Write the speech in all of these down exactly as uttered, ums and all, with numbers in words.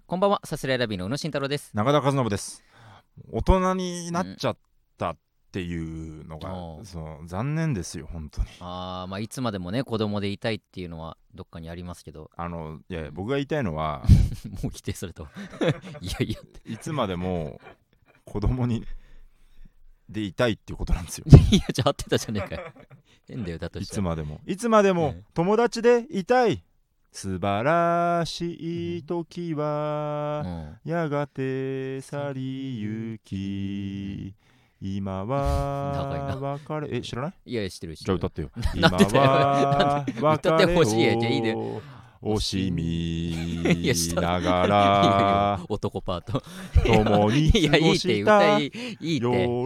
こんばんは、サスレラビーの宇野慎太郎です。 中田和信です。大人になっちゃったっていうのが、 うん、 その残念ですよ本当に。 あまあいつまでもね子供でいたいっていうのはどっかにありますけど、 あのいやいや僕が言いたいのはもう否定されたいやいやいつまでも子供にでいたいっていうことなんですよ。 いやじゃあ合ってたじゃねえかよ変だよだといしたらつまでもいつまでも友達でいたい、素晴らしい時は、うん、やがて去りゆき、今は別れ、え知らない？ いやいや知ってる知ってる。じゃあ歌ってよ。 今は別れを惜しみながら男パート共に過ごした喜びを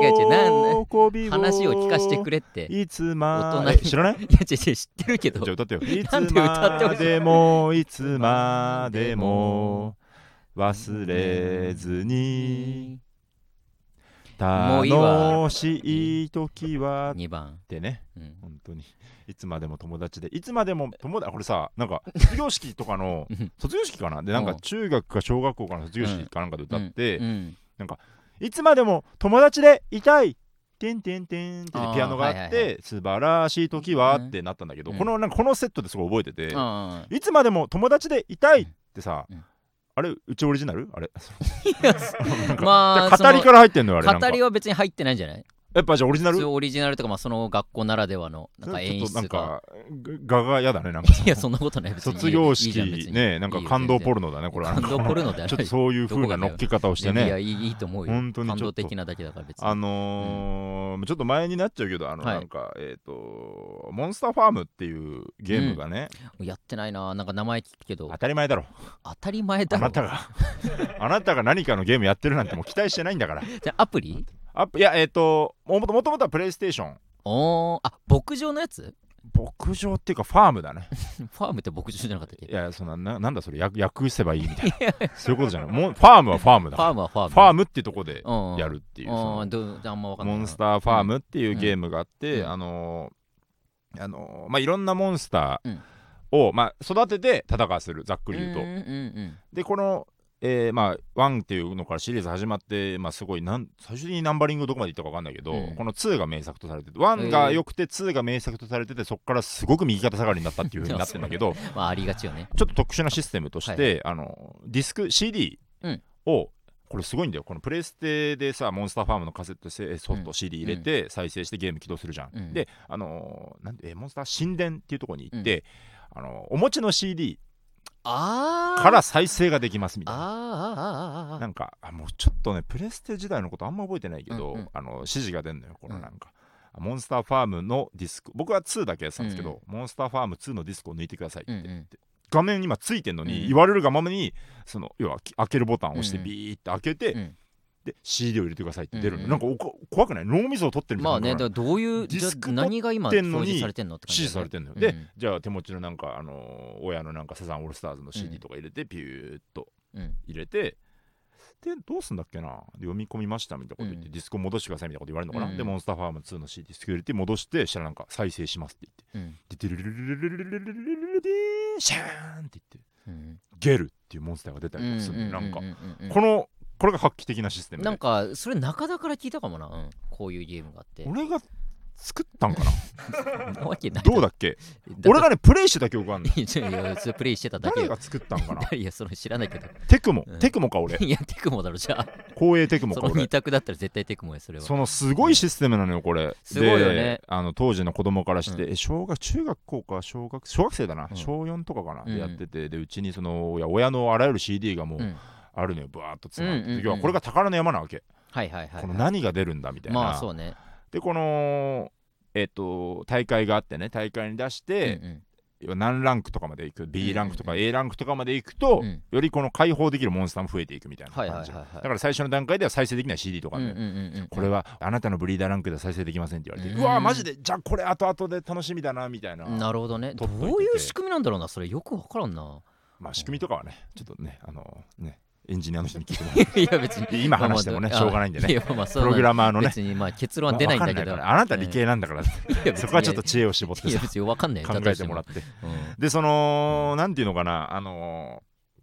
話を聞かせてくれって。 いつまで知らない？ いや違う違う知ってるけど。 じゃあ歌ってよ。いつまでもいつまでも忘れずに楽しい時はにばんってね、うん、本当にいつまでも友達でいつまでも友達、これさなんか卒業式とかの卒業式かなで、なんか中学か小学校かの卒業式かなんかで歌って、うんうん、なんかいつまでも友達でいたいてんてんてんってピアノがあって、はいはいはい、素晴らしい時はってなったんだけど、うん、このなんかこのセットですごい覚えてて、うん、いつまでも友達でいたいってさ、うん、あれうちオリジナルあれまあ語りから入ってんのよあれ。 語りは別に入ってないんじゃない？ やっぱじゃあオリジナル？ オリジナルとか、まあその学校ならではのなんか演出とか。 なんか画が嫌だねなんか。 いやそんなことない。 卒業式ね、なんか感動ポルノだねこれ。 感動ポルノだね。 ちょっとそういう風な乗っけ方をしてね。 いやいいいいと思うよ。本当に感動的なだけだから別に。 あのー、ちょっと前になっちゃうけど、あのなんかえっとモンスターファームっていうゲームがね。 やってないな、なんか名前聞くけど。 当たり前だろ。 当たり前だろ。 あなたがあなたが何かのゲームやってるなんてもう期待してないんだから。 じゃあアプリ？ アプいやえっともともとはプレイステーション。 おー、あ牧場のやつ？ 牧場っていうかファームだね。 ファームって牧場じゃなかったっけ？ いやそんな な, なんだそれ訳せばいいみたいなそういうことじゃない。もうファームはファームだ。 ファームはファーム。 ファームっていうところでやるっていう、 ああんまわかんない。 モンスターファームっていうゲームがあって、うん、あのー、あのー、まあいろんなモンスターを、うん、まあ育てて戦わせる、ざっくり言うと、うんうんうん、でこのえー、まあワンっていうのからシリーズ始まって、まあ、すごいなん最終的にナンバリングどこまでいったか分かんないけど、うん、このツーが名作とされててワンが良くてツーが名作とされてて、そこからすごく右肩下がりになったっていう風になってるんだけどまあありがちよね。 ちょっと特殊なシステムとして、はい、あのディスク シーディー を、うん、これすごいんだよ。このプレステでさモンスターファームのカセットソフト シーディー 入れて再生してゲーム起動するじゃん、うん、であのー、なんでモンスター神殿っていうところに行って、うん、あのお持ちの シーディーあから再生ができますみたいな。 あなんかあもうちょっとねプレステ時代のことあんま覚えてないけど、うんうん、あの指示が出んのよこのなんか、うん、モンスターファームのディスク、僕はツーだけやってたんですけど、うん、モンスターファームツーのディスクを抜いてくださいって言って、うんうん、画面今ついてんのに、うん、言われるがままにその要は開けるボタンを押してビーって開けて、うんうんで シーディー を入れてくださいって出るの、うんうん、なんかお怖くない？脳みそを取ってるみたいな。 まあね、だからどういうディスク何が今表示されてんのって感じ、 ね、指示されてんのよ、うん、でじゃあ手持ちのなんかあのー、親のなんかサザンオールスターズの シーディー とか入れて、うん、ピューッと入れて、でどうすんだっけな、読み込みましたみたいなこと言って、うん、ディスクを戻してくださいみたいなこと言われるのかな、うんうん、でモンスターファームツーの シーディー ディスク入れて戻してしたらなんか再生しますって言って、うん、でデルルルルルルルルルルルルルシャーンって言って、うん、ゲルっていうモンスターが出たりとかするの、なんかこのこれが画期的なシステムで、 なんかそれ中田から聞いたかもな、うん、こういうゲームがあって。 俺が作ったんかななわけない。 どうだっけ？俺がねプレイしてた記憶があるの。 いやそれプレイしてただけ。 誰が作ったんかないやそれ知らないけど。 テクモ、 うん、 テクモか俺。 いやテクモだろじゃあ。 光栄テクモか俺。 その二択だったら絶対テクモやそれは。 そのすごいシステムなのよこれ。 すごいよね。 あの当時の子供からして、うん、小学中学校か小学小学生だな、うん、小よんとかかな、うん、でやってて、でうちにその親親のあらゆる シーディー がもう、うんあるのよブワーっと詰まって、うんうんうん、これが宝の山なわけ、 はいはいはいはい、 この何が出るんだみたいな。 まあそうね。 でこのえっ、ー、と大会があってね、大会に出して、うんうん、何ランクとかまでいく B ランクとか A ランクとかまでいくと、うんうん、よりこの開放できるモンスターも増えていくみたいな感じ、はいはいはいはい、だから最初の段階では再生できない シーディー とかね、うんうんうんうん、これはあなたのブリーダーランクでは再生できませんって言われて、うん、うわマジでじゃあこれ後々で楽しみだなみたいな。 なるほどね。どういう仕組みなんだろうなそれ、よくわからんな。 まあ仕組みとかはねちょっとねあのねエンジニアの人に聞いてもらっていや別に今話してもねしょうがないんでね、 いやまあプログラマーのね別にまあ結論は出ないんだけど、 まあ、あなた理系なんだから、うん、そこはちょっと知恵を絞ってさいや別に分かんない考えてもらって、うん、でそのなんていうのかな、あの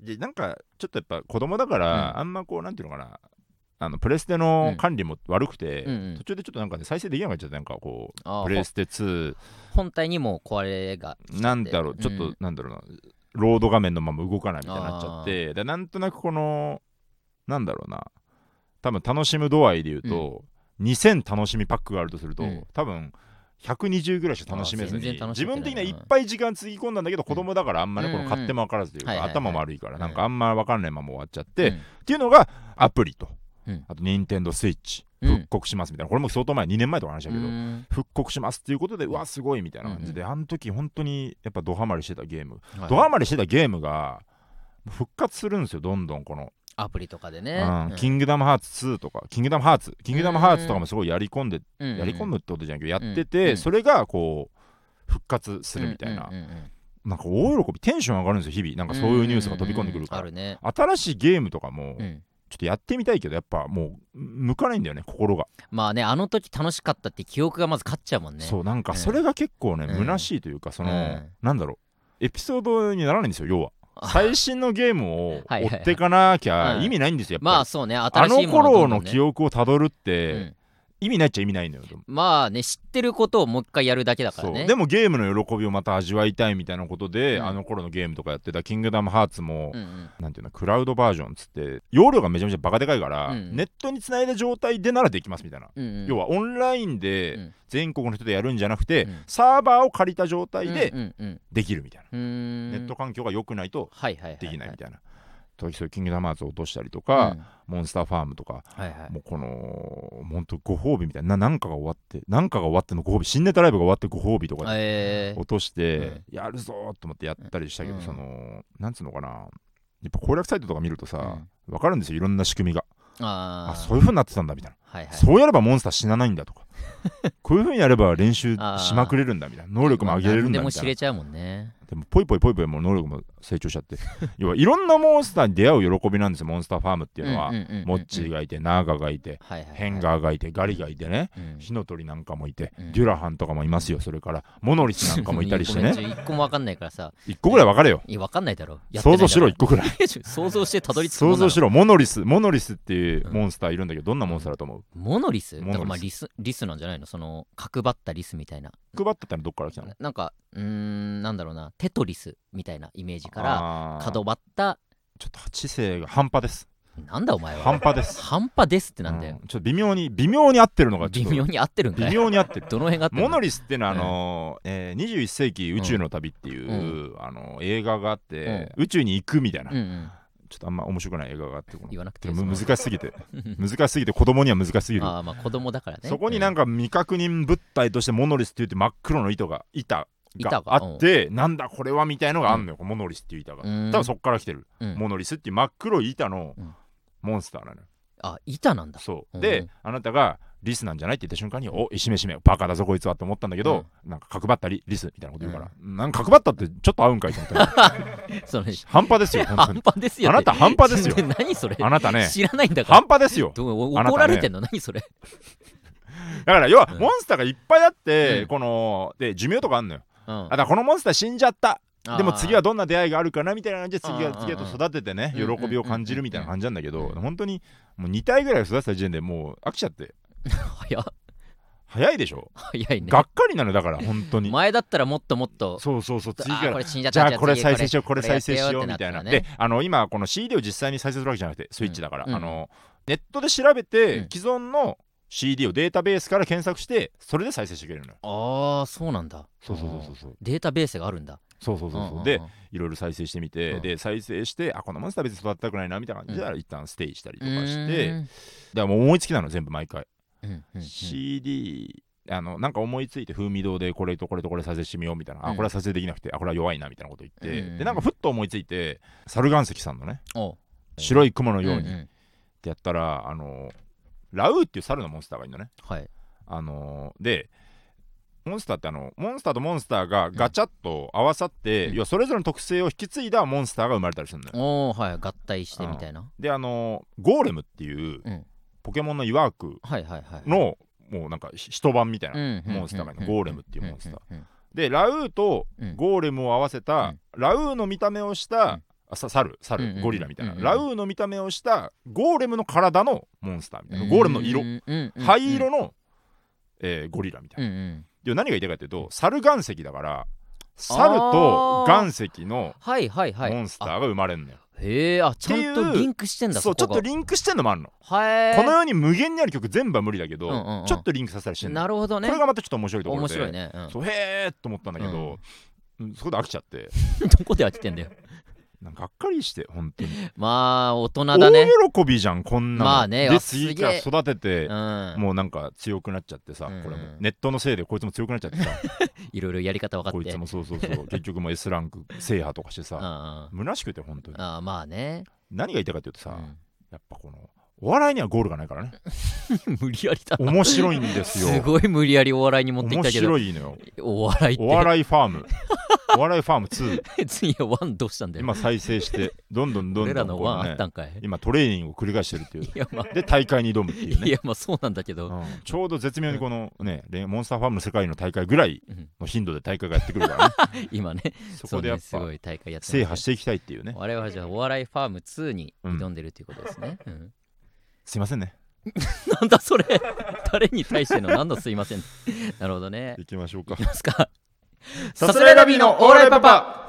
でなんかちょっとやっぱ子供だから、 うんあんまこうなんていうのかな、あのプレステの管理も悪くて、 うんうん途中でちょっとなんかね再生できなくなっちゃって、なんかこうあープレステツ本体にも壊れが来ちゃってーなんだろうちょっと、 うんなんだろうなロード画面のまま動かないみたいになっちゃってでなんとなくこのなんだろうな多分楽しむ度合いで言うと、にせん楽しみパックがあるとすると、 うん多分ひゃくにじゅうぐらいしか楽しめずあー全に然楽しめてない自分的にはいっぱい時間つぎ込んだんだけど、子供だからあんまね、 うんこの勝手も分からずというか、 はいはいはい頭も悪いからうんなんかあんま分かんないまま終わっちゃって、 うんっていうのがアプリと、 うんあと任天堂スイッチうん復刻しますみたいな、これも相当前にねんまえとか話だけど、 うん復刻しますっていうことでうわすごいみたいな感じで、あの時本当にやっぱドハマりしてたゲーム、 はいドハマりしてたゲームが復活するんですよどんどんこの、 アプリとかでね、 うんうんキングダムハーツツーとかキングダムハーツキングダムハーツとかもすごいやり込んで、 うんやり込むってことじゃないけどやってうて、 んそれがこう復活するみたいな、 うんうんうんうんなんか大喜びテンション上がるんですよ日々、なんかそういうニュースが飛び込んでくるから、 あるね、 新しいゲームとかもうんちょっとやってみたいけどやっぱもう向かないんだよね心が、 まあねあの時楽しかったって記憶がまず勝っちゃうもんねそうなんかそれが結構ね、 うん虚しいというかその、 うんなんだろうエピソードにならないんですよ要は最新のゲームをはいはいはい追ってかなきうんゃ意味ないんですよやっぱり、 まあそうねあ新しいのものをどんどんね頃の記憶をたどるって、 うん意味ないっちゃ意味ないのよ、 まあね知ってることをもう一回やるだけだからねそうでもゲームの喜びをまた味わいたいみたいなことで、 うんあの頃のゲームとかやってたキングダムハーツも、 うんうんなんていうのクラウドバージョンっつって容量がめちゃめちゃバカでかいから、 うんネットにつないだ状態でならできますみたいな、 うんうん要はオンラインうでん全国の人でやるんじゃなくて、 うんサーバーを借りた状態でうんうんうんできるみたいな、 うーんネット環境が良くないとはいはいはいはいできないみたいな、時そういうキングダムハーツを落としたりとか、モンスターファームとか、 はいはいもうこのほんとご褒美みたいななんかが終わってなんかが終わってのご褒美新ネタライブが終わってご褒美とかでえー落としてやるぞーと思ってやったりしたけど、 うんそのなんつうのかなやっぱ攻略サイトとか見るとさ、 うん分かるんですよいろんな仕組みがあーあそういう風になってたんだみたいな、 はいはいそうやればモンスター死なないんだとかこういう風にやれば練習あーしまくれるんだみたいな能力も上げれるんだ何でもみたいな知れちゃうもんねでもポイポイポイポイもう能力も成長しちゃって要はいろんなモンスターに出会う喜びなんですよモンスターファームっていうのは、 うんうんうんうんモッチーがいてナーガがいてはいはいはいヘンガーがいてガリがいてね、 うん火の鳥なんかもいて、 うんデュラハンとかもいますよそれからモノリスなんかもいたりしてねごめんちょ一個も分かんないからさ一個ぐらい分かれよいや分かんないだろやってない想像しろ一個個ぐらい想像してたどり着くもんなの想像しろモノリスモノリスっていうモンスターいるんだけどどんなモンスターだと思うモノリスモノリスだからまあリスリスなんじゃないのその角張ったリスみたいな配ったってのはどっから来たのなんかうーんなんだろうなテトリスみたいなイメージからあー角張ったちょっと知性が半端ですなんだお前は半端です半端ですってなんだようちょっと微妙に微妙に合ってるのがちょっと微妙に合ってるんかい微妙に合ってるどの辺が合ってるのモノリスってのはあのーえーにじゅういっ世紀宇宙の旅っていう、あのー映画があって、宇宙に行くみたいな、 うんうんちょっとあんま面白くない映画があってこの言わなくていいむその難しすぎて難しすぎて子供には難しすぎるああまあ子供だからねそこになんか未確認物体としてモノリスって言って真っ黒の糸が板が板があってなんだこれはみたいのがあんのよ、モノリスっていう板がうん多分そっから来てる、 うんモノリスっていう真っ黒い板のうんモンスターなのよあ板なんだそう、 うんであなたがリスなんじゃないって言った瞬間に、おいしめしめバカだぞこいつはって思ったんだけど、なんか角張ったりリスみたいなこと言うから、なんか角張ったってちょっと合うんかいと思ったその半端ですよ本当半に端ですよあなた半端ですよ何それあなたね知らないんだから半端ですよどうあなたね怒られてんの何それだから要はうんモンスターがいっぱいあって、 うんこので寿命とかあんのよ、 うんあだからこのモンスター死んじゃったあーでも次はどんな出会いがあるかなみたいな感じで次うんうんうんは次へと育ててねうんうんうん喜びを感じるみたいな感じなんだけどうん本当にもうに体ぐらい育てた時点でもう飽きちゃって早っ早いでしょ、 早いねがっかりなのだから本当に前だったらもっともっとそうそうそう次からあーこれ死んじゃっじゃあこれた次再生しようこれこれ再生しようやってよってみたいななったらねであの今この シーディー を実際に再生するわけじゃなくてスイッチだから、 うんあのネットで調べて、 うん既存の シーディー をデータベースから検索してそれで再生してくれるのよああそうなんだそうそうそうそうそうデータベースがあるんだそうそうそうそう、 んんんでいろいろ再生してみて、 うんで再生してあこのモンスター別に育てたくないなみたいな感じで、 う一旦ステイしたりとうかしてーんだからもう思いつきなの全部毎回、 うんうんうんシーディー あのなんか思いついて風味堂でこれとこれとこれ再生してみようみたいな、 うんあこれは再生できなくてあこれは弱いなみたいなこと言って、 うんでなんかふっと思いついて猿岩石さんのねおう白い雲のようにっんんてやったら、あのラウーっていう猿のモンスターがいるのねはいあのでモンスターってあのモンスターとモンスターがガチャッと合わさって、 うん要はそれぞれの特性を引き継いだモンスターが生まれたりするんだよ。 おーはい合体してみたいなであのゴーレムっていう、 うんポケモンのイワークはいはいはいのもうなんか一晩みたいな、 モモンスターがいるのゴーレムっていうモンスターーでラウーとうんゴーレムを合わせた、 うんラウーの見た目をした、 あさ猿猿、 うんうんうんゴリラみたいな、 うんうんラウーの見た目をしたゴーレムの体のモンスターみたいな、ゴーレムの色、 うんうんうんうん、 灰色の、えーゴリラみたいな、 うんうん、 で何が言いたいかというと猿岩石だから猿と岩石のはいはいはい、 モンスターが生まれんのよ。 へえ、あ、ちゃんとリンクしてんだ。 そう、ちょっとリンクしてんのもあるの。 はこの世に無限にある曲全部は無理だけど、 うんうんうん、 ちょっとリンクさせたりしてんの。 なるほどね。 これがまたちょっと面白いところで、 面白いね、うん、 そうへーと思ったんだけど、うん、そこで飽きちゃってどこで飽きてんだよ。 なんかがっかりして本当にまあ大人だね。 大喜びじゃんこんなの。 まあね、 で次から育てて、 うん、 もうなんか強くなっちゃってさ、 うん、 これもネットのせいでこいつも強くなっちゃってさいろいろやり方分かって、 こいつもそうそうそう結局もう S ランク制覇とかしてさ虚しくて本当に。 あ、まあね、 何が言いたいかというとさ、 うん、 やっぱこのお笑いにはゴールがないからね無理やりだな。 面白いんですよ。 すごい無理やりお笑いに持ってきたけど。 面白いのよ。 お笑いってお笑いファームお笑いファームツー次はワンどうしたんだよ。 今再生してどんどんどんどん、ね、 俺らのワンあったんかい。 今トレーニングを繰り返してるっていう。 いや、まあ、 で大会に挑むっていうね。 いやまあそうなんだけど、 うん、ちょうど絶妙にこのね、うん、モンスターファームの世界の大会ぐらいの頻度で大会がやってくるからね今ね、 そこでやっぱ、ね、 すごい大会やって制覇していきたいっていうね。 我々はじゃあお笑いファームツーに挑んでるということですね、うんうん、 すいませんねなんだそれ誰に対しての何のすいませんなるほどね。 行きましょうか。 行きますか。 さすらいラビーのオーライパパ。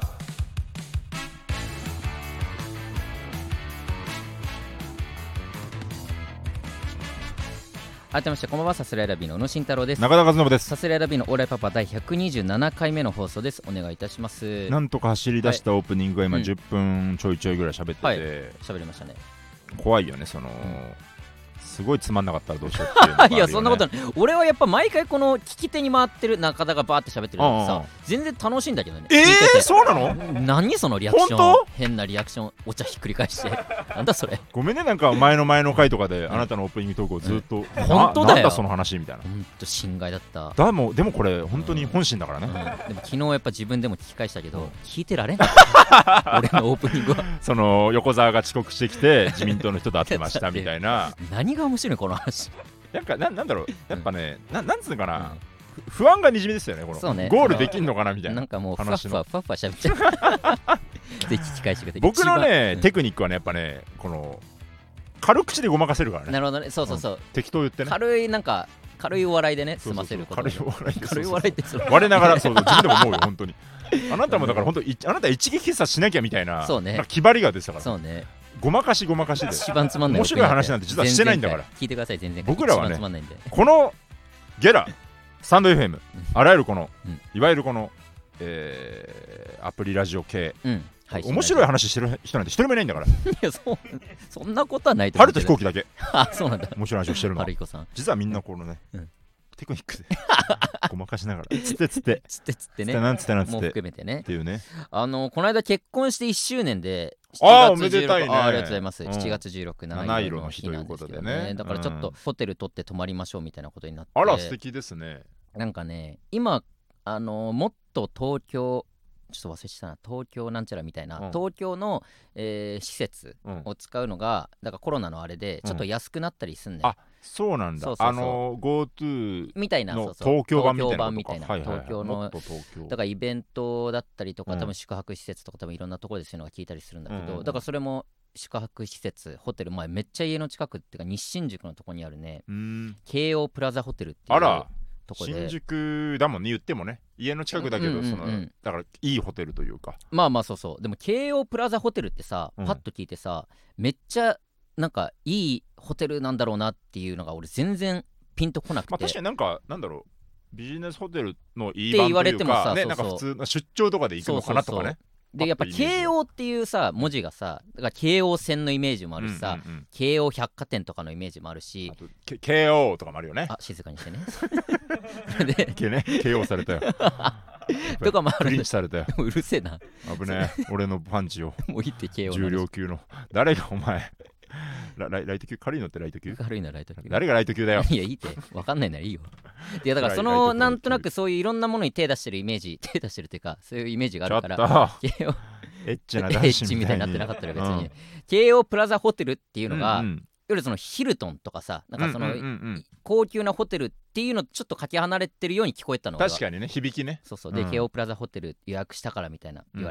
改めましてこんばんは、さすらいラビーの宇野慎太郎です。 中田和信です。 さすらいラビーのオーライパパ第ひゃくにじゅうななかいめの放送です。お願いいたします。 なんとか走り出したオープニングが今はいじゅっぷんちょいちょいぐらい喋ってて、 はい、喋りましたね。 怖いよねその、うん、すごいつまんなかったらどうしようっていうのがあるよね。 いやそんなことない。俺はやっぱ毎回この聞き手に回ってる中田がバーって喋ってるのってさ、全然楽しいんだけどね。 えー、そうなの？ 何そのリアクション、変なリアクション、お茶ひっくり返してなんだそれ。 ごめんね、なんか前の前の回とかであなたのオープニングトークをずっと、うん、 本当だよ、 なんだその話みたいな。 本当心外だった。 だもでもこれ本当に本心だからね、うんうん、 でも昨日やっぱ自分でも聞き返したけど、うん、聞いてられんかった俺のオープニングはその横澤が遅刻してきて自民党の人と会ってましたみたいな何が面白いのこの話。 なんか な, なんだろうやっぱね、うん、な, なんつうのかな、うん、不安がにじみですよねこの、ね、ゴールできんのかなみたいな。 なんかもうふわふわふわふわしゃべっちゃうぜひ聞き返してください。 僕のね、うん、テクニックはねやっぱねこの軽口でごまかせるからね。 なるほどね、そうそうそう、うん、 適当言ってね、軽いなんか軽いお笑いでね済ませること。 軽いお笑いで軽いお笑いって我ながらそう自分でも思うよ本当にあなたもだから本当あなた一撃必殺しなきゃみたいな、 そうね、 なんか気張りが出てたから。 そうね、 ごまかしごまかしで一番つまんない面白い話なんて実はしてないんだから。 聞いてください。全然僕らはねつまんないんでこのゲラスタンド エフエム、うん、あらゆるこの、うん、いわゆるこの、えー、アプリラジオ系、うん、面白い話してる人なんて一人もいないんだから。いや そ, そんなことはないと思う。春と飛行機だけあそうなんだ、 面白い話をしてるのは春彦さん。 実はみんなこのね、うん、テクニックでごまかしながらつってつってつってつってね、 なんつってなんつってもう含めてねっていうね。 あのこの間結婚していっしゅうねんで、 ああおめでたいね。 あ, ありがとうございます、うん、しちがつじゅうろくにち七色の日なんですけどね、 ねだからちょっとホテル取って泊まりましょうみたいなことになって、 あら素敵ですね。 なんかね今あのもっと東京ちょっと忘れてたな、東京なんちゃらみたいな、うん、東京の、えー、施設を使うのが、うん、だからコロナのあれでちょっと安くなったりすんね、うん、 あそうなんだ。そうそうそう、あの GoTo みたいな、 の東京版みたいな東京版みたいな、東京のだからイベントだったりとか、 うん、 多分宿泊施設とか多分いろんなところでそういうのが聞いたりするんだけど、うん、だからそれも宿泊施設ホテル、まあ、めっちゃ家の近くっていうか西新宿のとこにあるね、 うん、 京王プラザホテルっていうあらとこで、 新宿だもんね言ってもね、家の近くだけど、うんうんうん、そのだからいいホテルというか、 まあまあそうそう。でも京王プラザホテルってさ、パッと聞いてさ、めっちゃなんかいいホテルなんだろうなっていうのが俺全然ピンとこなくて、 まあ、確かになんかなんだろうビジネスホテルのいい版というか、って言われてもさ、ね、なんか普通の出張とかで行くのかなとかね。そうそうそう、でやっぱ京王っていうさ文字がさ、だから京王線のイメージもあるしさ、うんうんうん、京王百貨店とかのイメージもあるし、あと京王とかもあるよね。 あ静かにしてねでね京王されたよとかもある。 クリンチされたよ。 うるせえな。 危ねえ俺のパンチをもういいって京王重量級の誰がお前ラ, ラ, ライト級軽いのってライト級軽いなライト級誰がライト級だよ。 いやいいって分かんないならいいよ。いやだからそのなんとなくそういういろんなものに手出してるイメージ手出してるっていうかそういうイメージがあるからちょっとエッチな男子みたいになってなかったら別に、うん、京王プラザホテルっていうのが、うんうん、いわゆるそのヒルトンとかさ、なんかその、うんうんうんうん、高級なホテルっていうのとちょっとかけ離れてるように聞こえたのが確かにね響きね。 そうそうで、うん、京王プラザホテル予約したからみたいな言われて、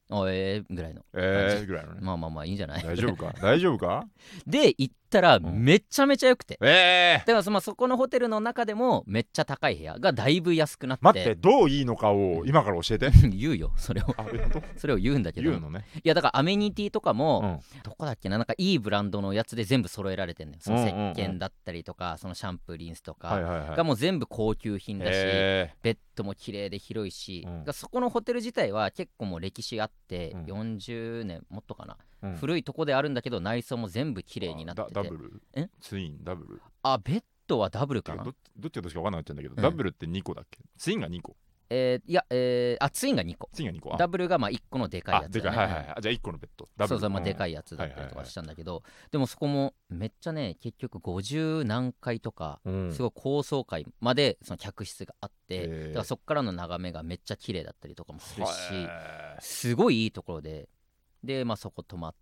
あえーぐらいのえーぐらいのね。 まあまあまあいいんじゃない。 大丈夫か大丈夫かで行ったらめちゃめちゃ良くて、 うん、えーだからそ、まあ、そこのホテルの中でもめっちゃ高い部屋がだいぶ安くなって。 待って、どういいのかを今から教えて。 言うよそれを。 あ、え、本当？ それを言うんだけど、 言うのね。 いやだからアメニティとかも、 うん、 どこだっけな、なんかいいブランドのやつで全部揃えられてんのよ。その石うんうんうん鹸だったりとか、そのシャンプーリンスとかはいはいはい、 がもう全部高級品だし、 えーベッドも綺麗で広いし、 うんだからそこのホテル自体は結構もう歴史あって、 うんよんじゅうねんもっとかな、 うん、 古いとこであるんだけど内装も全部綺麗になってて。 ダダブルえツインダブルあ、ベッドはダブルかな。 どどっちがどっちか分かんなくなっちゃうんだけど、 うんダブルってにこだっけ、ツインがにこ、 えーいや、えーあツインがにこ、 ツインがにこ、あダブルがまあいっこのでかいやつあでかい、はいはいはい、あじゃあいっこのベッドダブル、 そうそう、まあ、でかい、 いやつだったりとかしたんだけど、でもそこもめっちゃね、結局ごじゅう何階とか、 うんすごい高層階までその客室があって、 へーだからそこからの眺めがめっちゃ綺麗だったりとかもするし、 へーすごいいいところで、でまあそこ泊まって、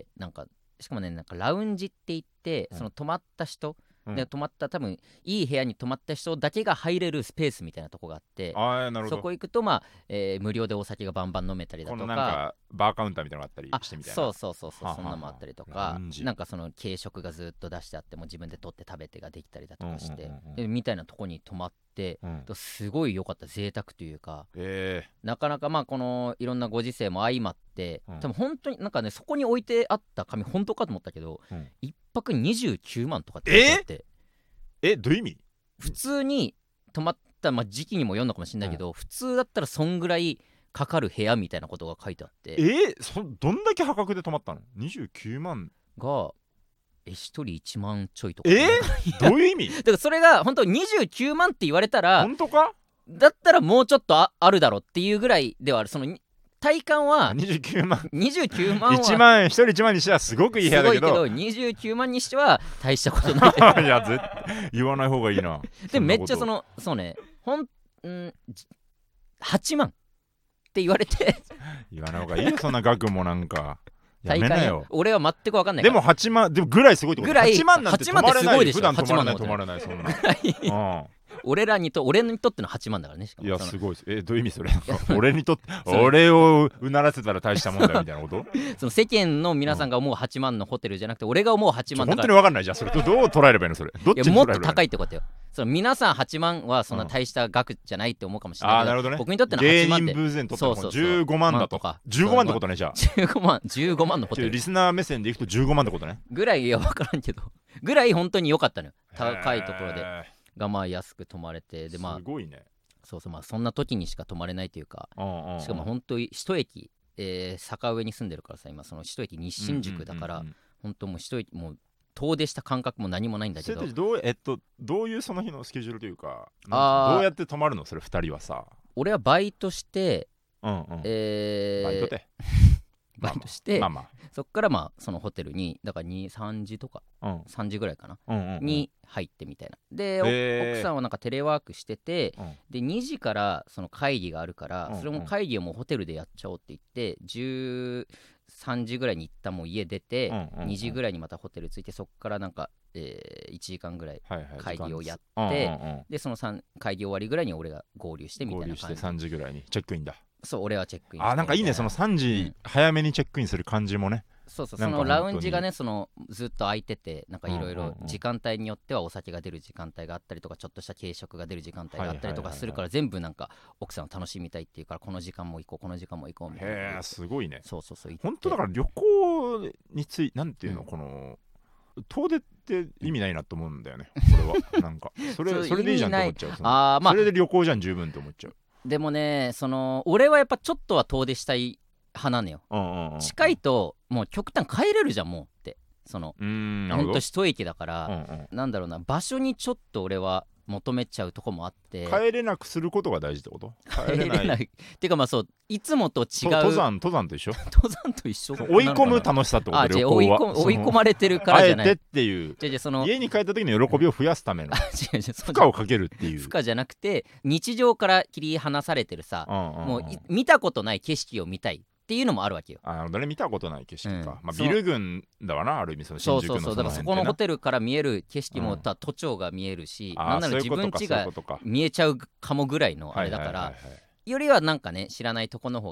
なんかしかもね、なんかラウンジって言って、 うんその泊まった人、 うんで泊まった多分いい部屋に泊まった人だけが入れるスペースみたいなとこがあって、 あーなるほど、 そこ行くと、まあえー無料でお酒がバンバン飲めたりだとか、 このなんかバーカウンターみたいなのがあったりあしてみたいな、 そうそうそうそう、 はあはあそんなのもあったりとラかウン、ジなんかその軽食がずっと出してあっても自分で取って食べてができたりだとかして、 うんうんうんうんでみたいなとこに泊まって、 うんすごい良かった。贅沢というか、 えなかなかまあこのいろんなご時世も相まって、 うん多分本当になんかね、そこに置いてあった紙本当かと思ったけど、 うん一泊にじゅうきゅうまんとかって書いてあって、 ー、えどういう意味？ 普通に泊まった、まあ、時期にもよるのかもしれないけど、普通だったらそんぐらいかかる部屋みたいなことが書いてあって、 えー、そどんだけ破格で泊まったの？にじゅうきゅうまんがえひとりいちまんちょいとか、 えー、どういう意味？ だからそれが本当にじゅうきゅうまんって言われたら、 本当か？ だったらもうちょっと あ, あるだろっていうぐらいではある。その体感はにじゅうきゅうまんにじゅうきゅうまんはいちまん、ひとりいちまんにしてはすごくいい部屋だけど、 すごいけどにじゅうきゅうまんにしては大したことないいや絶対言わない方がいいな。 でめっちゃそののそうね、ほんんはちまんって言われて言わない方がいいよ、そんな額もなんかや体感やめなよ。 俺は全く分かんないから。 でもはちまんでもぐらいすごいってこと。 ぐらいはちまんなんてはちまんって泊まれないよ。 すごいでしょ普段泊まらないはちまん泊まらないそんな。 ぐらい俺らにと俺にとってのはちまんだからね。しかうん、いやもそのすごいです。えどういう意味それ？俺にとって俺をうならせたら大したもんだよみたいなこと？ その世間の皆さんが思うはちまんのホテルじゃなくて、俺が思うはちまんだから。 本当に分かんないじゃんそれ。どどう捉えればいいのそれ？どっちにいやもっと捉えればいいの？ 高いってことよ。その皆さんはちまんはそんな大した額じゃないって思うかもしれないけど、 あーなるほどね。 僕にとってのはちまんって芸人ブーゼにとってもそうそうそうじゅうごまんだとかじゅうごまんってことね。じゃあじゅうごまんじゅうごまんのホテルリスナー目線でいくとじゅうごまんってことね。 ぐらい、いや分からんけどぐらい本当に良かったのよ。高いところでへがまあ安く泊まれて、 ーでまあすごいね。 そうそう、まあそんな時にしか泊まれないというか、 うんうんうんしかも本当に一駅、えー坂上に住んでるからさ、今その一駅西新宿だから、 うんうんうんうん本当もう一駅もう遠出した感覚も何もないんだそれけど、 ってどうえっとどういうその日のスケジュールというか、 あーどうやって泊まるのそれふたりはさ。 俺はバイトして、 うんうん。 えーバイトで。 バイトして、 まあまそっからまあそのホテルにだからに、さんじとかあ。うんさんじぐらいかな、 うんうんうん。 に入ってみたいな。で、おへー奥さんはなんかテレワークしてて、 うんでにじからその会議があるから、 うんうんそれも会議をもうホテルでやっちゃおうって言ってじゅうさんじぐらいに一旦もう家出て、 うんうんうんにじぐらいにまたホテル着いて、そっからなんか、えーいちじかんぐらいはいはい会議をやって時間ですうんうんうんでそのさん会議終わりぐらいに俺が合流してみた合流していな感じ。 さんじぐらいにチェックインだ。 そう俺はチェックインしてあなんかいいねそのさんじ、 うん早めにチェックインする感じもね。 そうそう、 なんかそのラ本当にウンジがね、そのずっと空いてて、なんかいろいろうんうんうん時間帯によってはお酒が出る時間帯があったりとか、ちょっとした軽食が出る時間帯があったりとかするから、全部なんか奥さんを楽しみたいっていうから、この時間も行こう、この時間も行こうみたいな。 へえすごいね。 そうそうそう。 本当だから旅行についなんていうの、 うんこの遠出って意味ないなと思うんだよね。これはなんかそれそうそれでいいじゃんって思っちゃう。そのあーまあそれで旅行じゃん十分って思っちゃう。 でもね、その俺はやっぱちょっとは遠出したい派なのよ。 うんうんうん、 近いともう極端帰れるじゃんもうって、そのうーんなるほどほんと一駅だから、 うんうんなんだろうな、場所にちょっと俺は求めちゃうとこもあって、 帰れなくすることが大事ってこと？ 帰れないっていうかまあそう、いつもと違うと登山登山と一緒登山と一緒追い込む楽しさってことあ、 旅違う追い行は込追い込まれてるからじゃない。 あえてっていう違う違う、その家に帰った時の喜びを増やすための違う違う、そ負う荷をかけるっていう負荷じゃなくて、日常から切り離されてるさ、 うんうんうんもうい見たことない景色を見たいっていうのもあるわけよ。 あなるほどね見たことない景色か、 うんまあ、 そうビル群だわなある意味そのそう新宿のそうそう、だからそ辺ってなこのホテルから見える景色も、 うんた都庁が見えるし、 あーなんなら自分家そういうことかそういうがことか見えちゃうかもぐらいのあれだから、 はいはいはいはいよりはなんかね、知らないとこの方が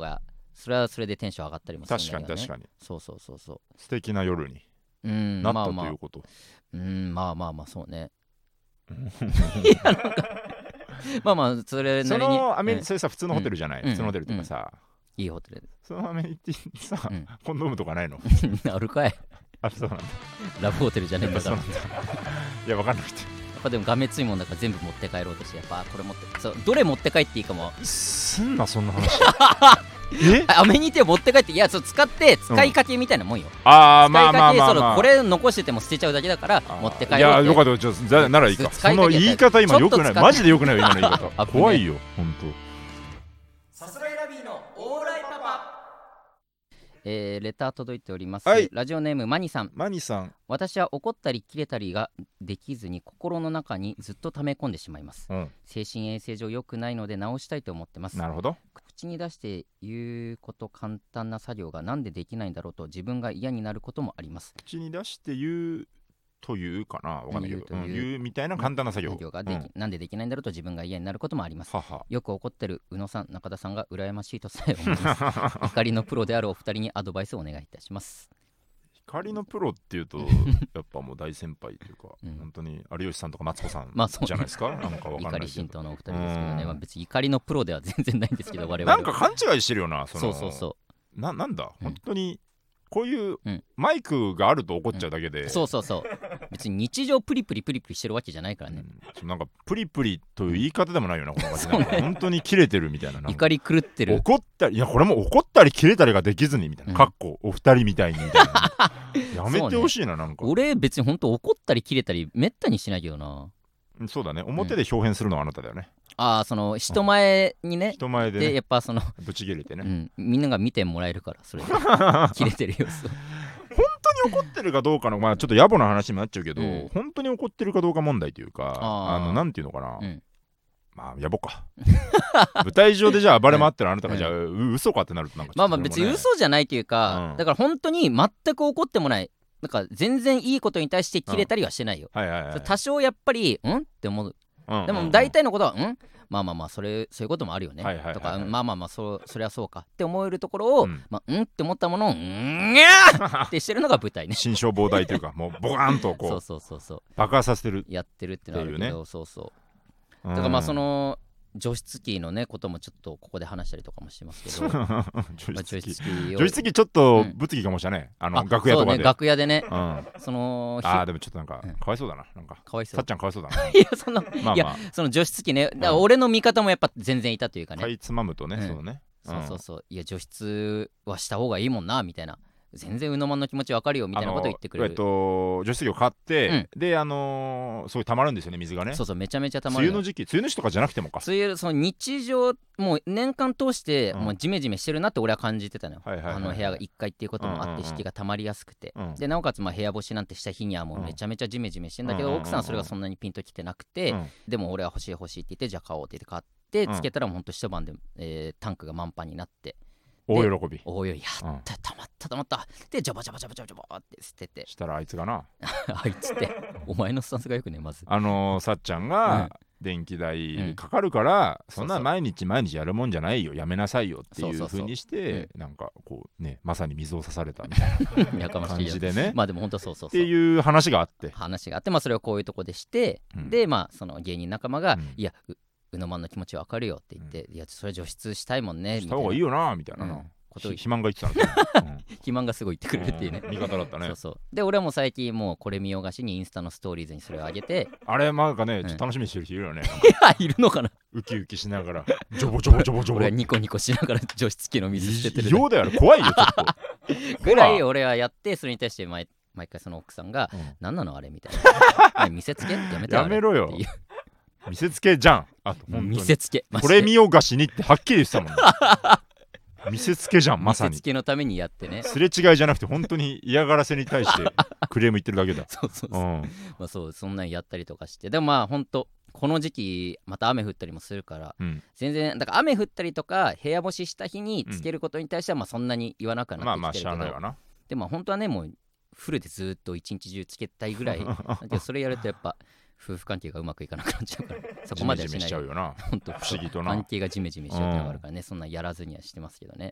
それはそれでテンション上がったりもするんだけどね。 確かに確かに。 そうそうそうそう。 素敵な夜にうんなったまあまあということ。 うんまあまあまあそうね。いやなんかまあまあそれなりにそのアメリ、 うんそれさ普通のホテルじゃない、 うん普通のホテルとかさ、 いいホテルでそのアメニティさ、 うんコンドームとかないの？ あるかい。 あ、そうなんだ。 ラブホテルじゃねえんだから。やそうなんだ。いや、分かんなくて。 っぱでもがめついもんだから全部持って帰ろうとして、やっぱこれ持ってそうどれ持って帰っていいかも。 すんな、そんな話。えアメニティを持って帰って、いやそう使って使いかけみたいなもんよ、うん、 ああまあまあまあ、まあ、 これ残してても捨てちゃうだけだから持って帰ろうって。いやよかったじゃあならいいか。その言い方今よくない、マジでよくないよ今の言い方怖いよ本当。 さすらいラビーのオーライパパ。えー、レター届いております、 はい、 ラジオネームマニさん。 マニさん、 私は怒ったり切れたりができずに心の中にずっと溜め込んでしまいます、うん、精神衛生上良くないので直したいと思ってます。 なるほど。 口に出して言うこと簡単な作業がなんでできないんだろうと自分が嫌になることもあります。 口に出して言うというかな、わかんないけど、言う、言うみたいな簡単な作業、 作業ができ、うん、なんでできないんだろうと自分が嫌になることもあります。ははよく怒ってる宇野さん、中田さんが羨ましいとさえ思います怒りのプロであるお二人にアドバイスをお願いいたします。 怒りのプロっていうとやっぱもう大先輩というか、うん、本当に有吉さんとかマツコさんじゃないですか、まあね、なんかわかんないけど怒り神道のお二人ですけどね、まあ、別に怒りのプロでは全然ないんですけど我々 なんか勘違いしてるよな。そのそうそうそうな、なんだ、うん、本当にこういうマイクがあると怒っちゃうだけで、 うん、そうそうそう、別に日常プリプリプリプリしてるわけじゃないからね、 うん、なんかプリプリという言い方でもないよなこの感じ、ね、本当にキレてるみたい な, なん怒り狂ってる、 怒ったり、いやこれも怒ったりキレたりができずにみたいな、うん、かっこお二人みたいにみたいなやめてほしいな、ね、なんか俺別に本当怒ったりキレたりめったにしないけどな。 そうだね、表で表現するのはあなただよね、 うん、ああその人前にね、 うん、人前で、ね、 でやっぱそのぶち切れてね、 うん、みんなが見てもらえるからそれでキレてる様子を本当に怒ってるかどうかの、まあちょっと野暮な話になっちゃうけど、うん、本当に怒ってるかどうか問題というか、あのなんていうのかな、うん、まあ野暮か舞台上でじゃあ暴れ回ってるあなたがじゃあ、うん、嘘かってなるとなんか、ね、 まあまあ別に嘘じゃないというか、うん、だから本当に全く怒ってもない、なんか全然いいことに対してキレたりはしてないよ、うん、はいはいはい、多少やっぱりんって思う、うんうんうん、でも大体のことはんまあまあまあそれそういうこともあるよね、はいはいはいはい、とかまあまあまあ そ, そりゃそうかって思えるところを、うんまあ、んって思ったものをんにゃーってしてるのが舞台ね心象膨大というかもうボカーンとこうそうそうそうそう爆発させてるやってるってのはあるけど、ね、そうそうだからまあその除湿機のねこともちょっとここで話したりとかもしてますけど除湿機除湿機ちょっと物議かもしれない、ね、あのあ楽屋とかで、 ね、楽屋でね、 うん、 そのあでもちょっとなんか、うん、かわいそうだな、なんかかわいそうさっちゃんかわいそうだないやその、まあまあ、いやその除湿機ね、だから俺の味方もやっぱ全然いたというかね、 かいつまむとね、うん、そうね、 うん、そうそうそういや除湿はした方がいいもんなみたいな、全然宇野マンの気持ちわかるよみたいなこと言ってくれる。 えっと除湿機を買って、うん、であのー、そういう溜まるんですよね、水がね。 そうそうめちゃめちゃ溜まる。 梅雨の時期、梅雨の時とかじゃなくてもか。 梅雨その日常もう年間通して、うん、もうジメジメしてるなって俺は感じてたのよ。はいはいはいはい、あの部屋がいっかいっていうこともあって、うんうんうん、湿気が溜まりやすくて、うん、でなおかつまあ部屋干しなんてした日にはもうめちゃめちゃジメジメしてんだけど、うん、奥さんはそれがそんなにピンときてなくて、うん、でも俺は欲しい欲しいって言ってじゃあ買おうって言って買ってつけたらもうほんと一晩で、えー、タンクが満帆になって。 大喜び大喜びやったたまったたまったでジャバジャバジャバジャバジャバって捨ててしたらあいつがなあいつってお前のスタンスがよくねまずあのー、さっちゃんが、うん、電気代かかるから、うん、そんな毎日毎日やるもんじゃないよやめなさいよっていう風にしてなんかこうねまさに水を差されたみたいな感じでねまあでも本当そうそうそうっていう話があって話があってまあそれをこういうとこでして、うん、でまあその芸人仲間が、うん、いや宇野マンの気持ちわかるよって言って、うん、いやそれ除湿したいもんねした方がいいよなみたいな、うんこと肥満が言ってたの、うん、 肥満がすごい言ってくれるっていうね、 うん、味方だったね。 そうそうで俺はもう最近もうこれ見よがしにインスタのストーリーズにそれを上げてあれなんかね、うん、ちょっと楽しみにしてる人いるよね。 いやいるのかなウキウキしながらジョボジョボジョボジョボ俺はニコニコしながら除湿機の水捨ててる異様だよ怖いよちょっとぐらい俺はやってそれに対して毎毎回その奥さんが、うん、何なのあれみたいな見せつけやめてやめろよ見せつけじゃんあと見せつけこれ見よがしにってはっきり言ってたもんね見せつけじゃんまさに見せつけのためにやってねすれ違いじゃなくて本当に嫌がらせに対してクレーム言ってるだけだそうそうそう、うん、まあそうそんなんやったりとかしてでもまあ本当この時期また雨降ったりもするから、うん、全然だから雨降ったりとか部屋干しした日につけることに対してはまあそんなに言わなくなってきてるけど、うん、まあまあしゃあないわなでも本当はねもうフルでずっと一日中つけたいぐらいだけどそれやるとやっぱ夫婦関係がうまくいかなくなっちゃうからそこまではしないジメジメしちゃうよな本当不思議とな関係がジメジメしちゃうってのがあるからね、うん、そんなやらずにはしてますけどね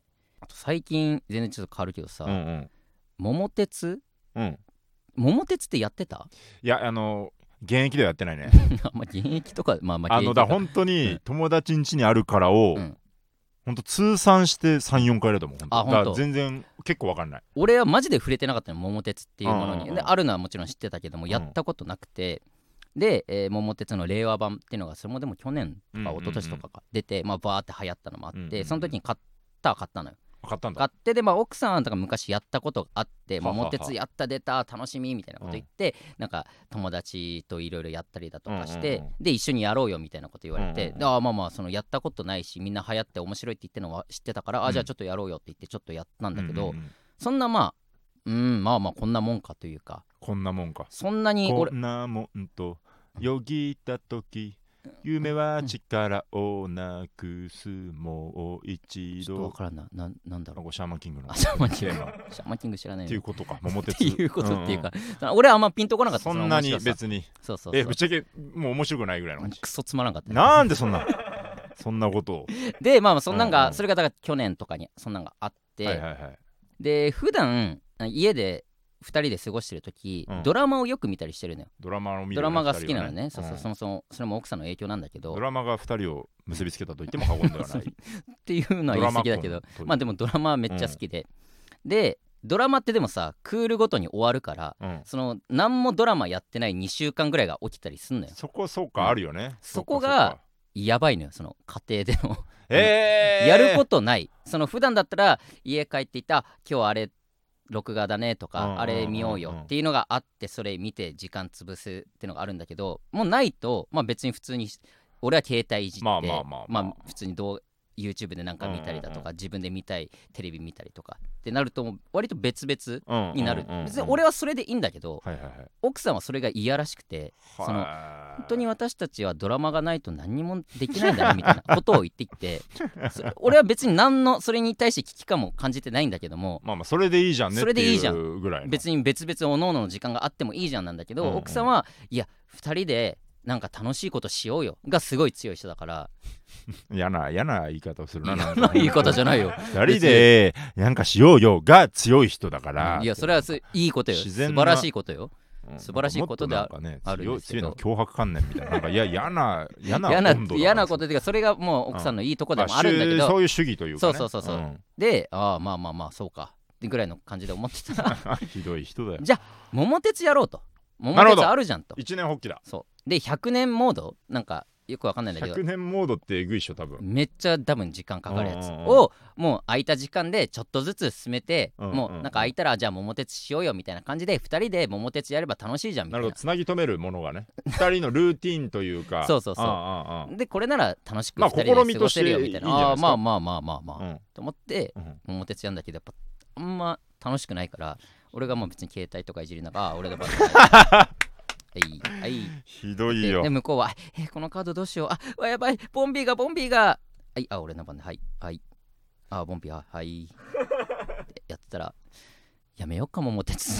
と最近全然ちょっと変わるけどさ、 うんうん、 桃鉄、 うん、 桃鉄ってやってた？ いやあの現役ではやってないねまあ現役とかまあまああのだ現役とか本当に友達ん家にあるからを、うん、ほんと通算してさん、よんかいだと思う。 あ、 だから全然結構わかんない。 俺はマジで触れてなかったの、桃鉄っていうものに、うんうんうん、であるのはもちろん知ってたけども、やったことなくて、うん、で、えー、桃鉄の令和版っていうのがそれもでも去年とか一昨年とかが出て、うんうんうん、まあバーって流行ったのもあって、うんうんうん、その時に買ったは買ったのよ。 買ったんだ。 買ってで、まあ、奥さんとか昔やったことがあって桃鉄やった出た楽しみみたいなこと言って、うん、なんか友達といろいろやったりだとかして、うんうんうん、で一緒にやろうよみたいなこと言われて、うんうんうん、あまあまあそのやったことないしみんな流行って面白いって言ってるのは知ってたから、うん、あじゃあちょっとやろうよって言ってちょっとやったんだけど、うんうんうん、そんなまあうんまあまあこんなもんかというかこんなもんかそんなにこんなもんとよぎった時夢は力をなくすもう一度ちょっとわからんな、な、なんだろうシャーマンキングのシャーマンキングシャーマンキング知らないっていうことか桃鉄っていうことっていうか、うんうん、俺はあんまピンとこなかった。 そんなに別にそうそうそう、 えぶっちゃけもう面白くないぐらいの感じ。 クソつまらんかった、ね、 なんでそんなそんなことをでまあそんなんが、うんうん、それがだから去年とかにそんなんがあって、 はいはいはい、 で普段家でふたりで過ごしてるとき、うん、ドラマをよく見たりしてるのよ。 ドラマを見る、ね、 ドラマが好きなのね、うん、そうそう、そもそもそれも奥さんの影響なんだけど、 ドラマがふたりを結びつけたと言っても過言ではないっていうのは言い過ぎだけど、まあでもドラマはめっちゃ好きで、うん、でドラマってでもさクールごとに終わるから、うん、その何もドラマやってないにしゅうかんぐらいが起きたりすんのよ。 そこそうか、うん、あるよね。 そこがやばいのよ、その家庭でのえー、 やることない。その普段だったら家帰っていた今日あれ録画だねとか、うんうんうんうん、あれ見ようよっていうのがあってそれ見て時間潰すっていうのがあるんだけど、もうないとまあ別に普通に俺は携帯いじって、まあまあまあまあ、まあ普通に動画 YouTube でなんか見たりだとか、うんうんうん、自分で見たいテレビ見たりとかってなると割と別々になる、うんうんうんうん、別に俺はそれでいいんだけど、はいはいはい、奥さんはそれが嫌らしくて、その本当に私たちはドラマがないと何にもできないんだねみたいなことを言ってきて俺は別に何のそれに対して危機感も感じてないんだけども、 まあまあそれでいいじゃんねっていうぐらいの、 別に別々おのおのの時間があってもいいじゃんなんだけど、うんうん、奥さんはいやふたりでなんか楽しいことしようよがすごい強い人だから嫌な嫌な言い方をするな。 嫌な言い方じゃないよ。 ふたりでなんかしようよが強い人だから、 うん、いやそれはいいことよ、素晴らしいことよ、うん、素晴らしいことであるんですけど、 強い強いの脅迫観念みたいな、なんかいや嫌な嫌な嫌な嫌なことっていうか、それがもう奥さんのいいとこでもあるんだけど、 うん、そういう主義というか、ね、 そうそうそうそう、うん、でああまあまあまあそうかってぐらいの感じで思ってたらひどい人だよ。 じゃあ桃鉄やろうと、桃鉄あるじゃんと、 一年発起だ。 そうでひゃくねんモードなんかよくわかんないんだけど、 ひゃくねんモードってえぐいっしょ多分。 めっちゃ多分時間かかるやつをもう空いた時間でちょっとずつ進めて、うんうんうん、もうなんか空いたらじゃあ桃鉄しようよみたいな感じでふたりで桃鉄やれば楽しいじゃんみたいな。 なるほど、つなぎ止めるものがねふたりのルーティンというかそうそうそう、ああああでこれなら楽しくふたりで過ごせるよみたいな、まあ、あまあまあまあまあまあ、うん、と思って、うん、桃鉄やんだけどやっぱあんま楽しくないから俺がもう別に携帯とかいじりながら俺がバッはいはい、 ひどいよ。 で向こうはえこのカードどうしよう、あわやばいボンビーがボンビーがはいあ俺の番ではいはいあボンビーははいってやってたらやめようか桃鉄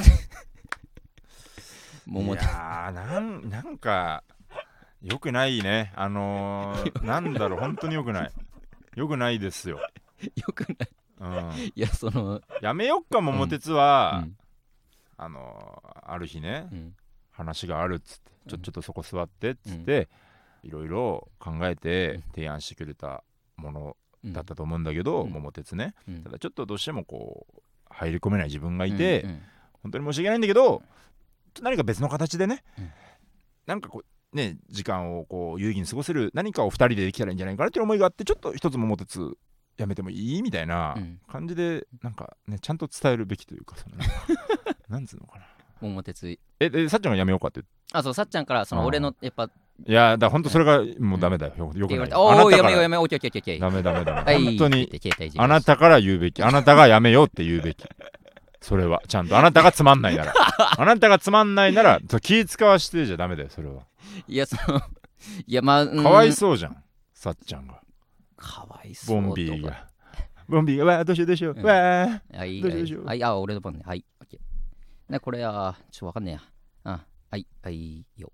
桃鉄いやーなんなんかよくないね、あのー、なんだろう本当によくないよくないですよよくない、 うん、 いやそのやめよっか桃鉄は、 うん、 あのー、ある日ね、うん話があるっつってちょ、ちょっとそこ座ってっつっていろいろ考えて提案してくれたものだったと思うんだけど、うん、桃鉄ね、うん、ただちょっとどうしてもこう入り込めない自分がいて、うんうん、本当に申し訳ないんだけど何か別の形でね、うん、なんかこうね時間をこう有意義に過ごせる何かをふたりでできたらいいんじゃないかなっていう思いがあって、ちょっと一つ桃鉄やめてもいいみたいな感じでなんかねちゃんと伝えるべきというか、そのなんつうのかな桃鉄えでさっちゃんがやめようかってあそうさっちゃんからその俺のやっぱいやだほんとそれがもうダメだよ、うん、よくない。 おおやめようやめようオッケーオッケーオッケーダメダメダメ、 はい、 本当にあなたから言うべき、あなたがやめようって言うべきそれはちゃんとあなたがつまんないならあなたがつまんないなら気使わしてじゃダメだよそれは。 いやそのいやまあかわいそうじゃんさっちゃんが。 かわいそうボンビーがボンビーがわーどうしようどうしよう、うん、わーはいどうしようどうしようはいあ俺の番ねはいオッケーねこれはちょっとわかんねえやあはいはいよ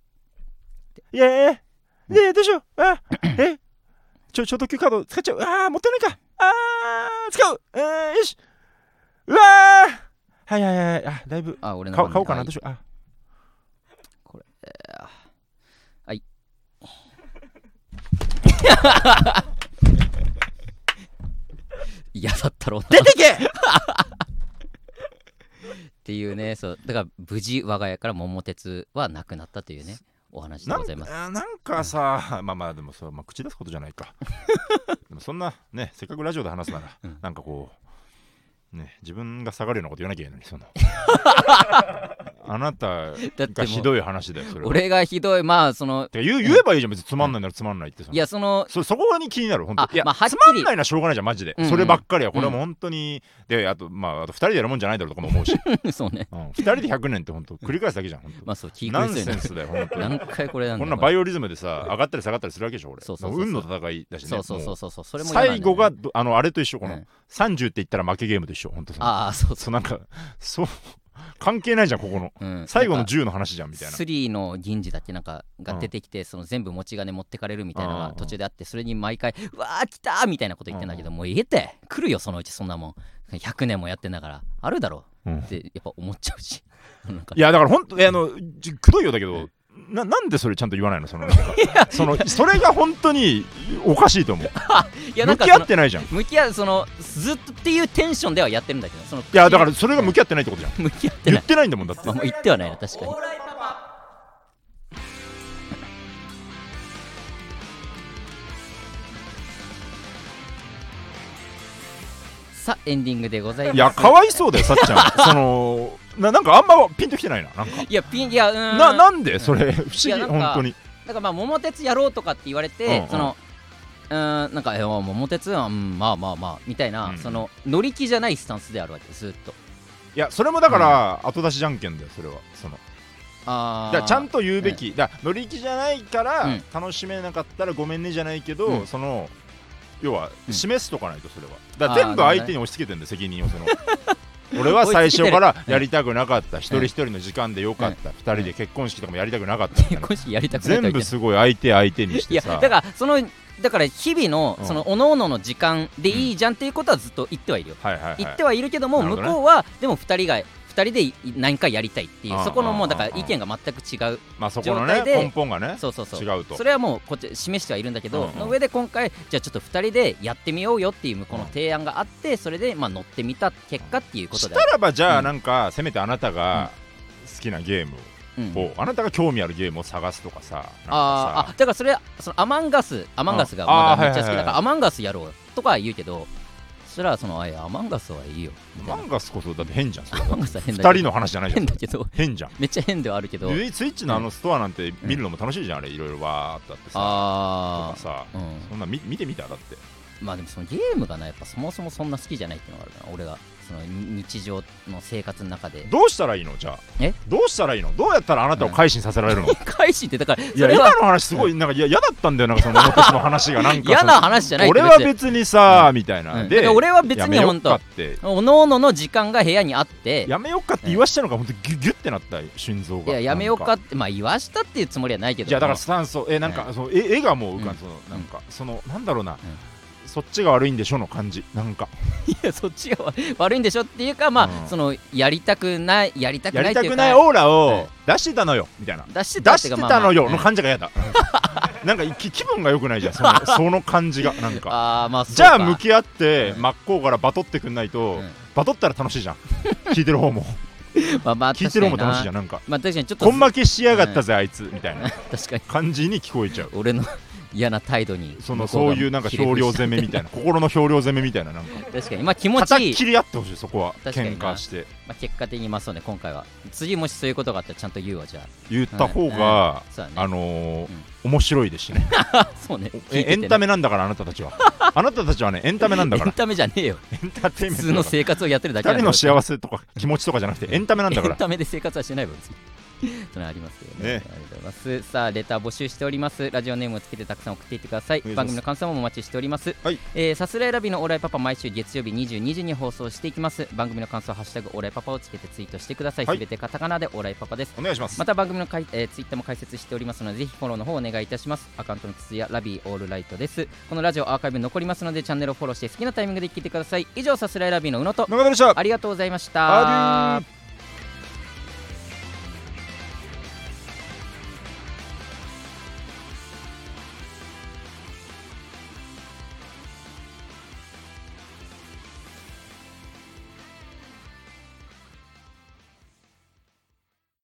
イエーイえー、どうしようあえちょ、超特急カード使っちゃうあーもったいないかあー使う、えー、よし、うわー、はいはいはい、あ、だいぶあ、俺の買おうかな、どうしよう、あ、 これ、えー、はい嫌だったろうな、 出てけっていうね。そうだから無事我が家から桃鉄はなくなったというねお話でございます。 なんか、なんかさ、うん、まあまあでもそう、まあ、口出すことじゃないかでもそんなね、せっかくラジオで話すなら、うん、なんかこうね、自分が下がるようなこと言わなきゃいけないのに、そのあなたがひどい話だよ、それは。 俺がひどい、まあその言う、言えばいいじゃん、別につまんないならつまんないって。 いや、そのそ, そこに気になる、本当。いや、 まあ、はっきりつまんないのはしょうがないじゃん、マジで、うんうん、そればっかりは。これはもう本当に、うん、で、あとまああとふたりでやるもんじゃないだろうとかも思うしそうね、 うん、ふたりでひゃくねんって本当繰り返すだけじゃん、本当。 まあそう、聞いナンセンスだよ、本当に。 何回これなんだ。 こんなバイオリズムでさ、上がったり下がったりするわけでしょ、俺。 そうそうそうそう、 運の戦いだしね。 そうそうそうそうそう、それも嫌なんだよね。 最後があのあれと一緒、この、うん、さんじゅうって言ったら負けゲームと一緒、本当。 ああ、そうそう、 なんかそう関係ないじゃん、ここの、うん、最後のじゅうの話じゃんみたいな。スリーの銀次だっけなんかが出てきて、うん、その全部持ち金持ってかれるみたいなのが途中であって、それに毎回うわー来たーみたいなこと言ってんだけど、うん、もう言えて来るよそのうち、そんなもんひゃくねんもやってんだからあるだろう、うん、ってやっぱ思っちゃうしなんかいやだから本当あのくどいようだけど、うん、な, なんでそれちゃんと言わないの、そのなんかそのそれが本当におかしいと思ういや、なんか向き合ってないじゃん。 向き合う、そのずっとっていうテンションではやってるんだけど、そのいやだからそれが向き合ってないってことじゃん。 向き合ってない、 言ってないんだもんだって。 まあ、言ってはないな、確かに。さあエンディングでございます。 いやかわいそうだよ、さっちゃんそのな, なんかあんまピンときてないな、なんか。 いやピンいやうーんな, なんでそれ不思議、本当に。 だからまあ桃鉄やろうとかって言われて、うんうん、そのうーんなんか桃鉄は、うん、まあまあまあみたいな、うん、その乗り気じゃないスタンスであるわけです、ずっと。 いやそれもだから、うん、後出しじゃんけんだよ、それは。そのあだちゃんと言うべき、うん、だ乗り気じゃないから、うん、楽しめなかったらごめんねじゃないけど、うん、その要は示すとかないと、それはだから全部相手に押し付けてんだよ、責任を。その俺は最初からやりたくなかった、一人一人の時間でよかった、ふたりで結婚式とかもやりたくなかった、 結婚式やりたくなかった、 全部すごい相手相手にしてさ。 いやだからそのだから日々のその各々の時間でいいじゃんっていうことはずっと言ってはいるよ、言ってはいるけども、向こうはでもふたりがふたりで何回やりたいっていう、そこのもうだから意見が全く違う状態で、根本がね、 そうそうそう、 違うと。 それはもうこっち示してはいるんだけど、の上で今回じゃあちょっとふたりでやってみようよっていう向こうの提案があって、それでまあ乗ってみた結果っていうことで、 したらばじゃあなんかせめてあなたが好きなゲームを、あなたが興味あるゲームを探すとかさ、 ああだからそれそのアマンガスアマンガスがまだめっちゃ好きだからアマンガスやろうとか言うけど、それはそのあいやアマンガスはいいよ。 アマンガスこそだって変じゃん。それはアマンガスは変だけどふたりの話じゃないじゃん。 変だけど変じゃん。 めっちゃ変ではあるけど、 スイッチのあのストアなんて見るのも楽しいじゃん、あれいろいろわーってあってさ、 あとかさ、うん、そんな見見てみただって。 まあでもそのゲームがなやっぱそもそもそんな好きじゃないっていうのがあるから、俺がその日常の生活の中で。 どうしたらいいのじゃあ。えどうしたらいいの、どうやったらあなたを改心させられるの、うん、 改心ってだから、いや今の話すごいなんか嫌だったんだよ、なんかその私の話がなんか嫌な話じゃない。 俺は別にさ、うん、みたいな、 うん、で俺は別に本当おのおのの時間が部屋にあってやめよっかって言わしたのが本当ギュギュってなった心臓が。 いややめようかってまあ言わしたっていうつもりはないけど、 じゃあだからスタンスえなんか、うん、その絵がもう浮かん、うん、そのなんか、そのなんだろうな、うん、そっちが悪いんでしょの感じ、なんかいやそっちが悪いんでしょっていうか、まあ、うん、そのやりたくないやりたくないっていうか、 やりたくないオーラを出してたのよみたいな、 出してたっていうか、 出してたのよの感じが嫌だなんか気分が良くないじゃん、そのその感じがなんかあ、まあ、 じゃあ向き合って真っ向からバトってくんないと、うん、バトったら楽しいじゃん聞いてる方もまあまあ聞いてる方も楽しいじゃん、なんか、 まあ、確かにちょっとこん負けしやがったぜ、うん、あいつみたいな確かに感じに聞こえちゃう俺の嫌な態度に、 そのそういうなんか表量攻めみたいな心の表量攻めみたいな、なんか確かにまあ気持ちいい、 叩き切り合ってほしい、そこは喧嘩して、 まあ、結果的にまあそうね、今回は次もしそういうことがあったらちゃんと言うわ、じゃあ言った方が、うんうんね、あのーうん、面白いですしねそうね、 エンタメなんだから、あなたたちはあなたたちはねエンタメなんだから。 エンタメじゃねえよ、 エンターテインメント、 普通の生活をやってるだけだからふたりの幸せとか気持ちとかじゃなくてエンタメなんだからエンタメで生活はしてないわ別にそれありますけどね。 ね、 ありがとうございます。さあレター募集しております。ラジオネームをつけてたくさん送っていってください。番組の感想もお待ちしております。 はい、 えー、さすらいラビのオーライパパ毎週月曜日にじゅうにじに放送していきます。番組の感想はハッシュタグオーライパパをつけてツイートしてください。すべ、はい、てカタカナでオーライパパです。 お願いします。 また番組のかい、えー、ツイッターも開設しておりますのでぜひフォローの方お願いいたします。アカウントの筒やラビーオールライトです。このラジオアーカイブ残りますのでチャンネルをフォローして好きなタイミングで聞いてください。以上さすらいラビの宇野と中田でした。 ありがとうございました。 アデュー。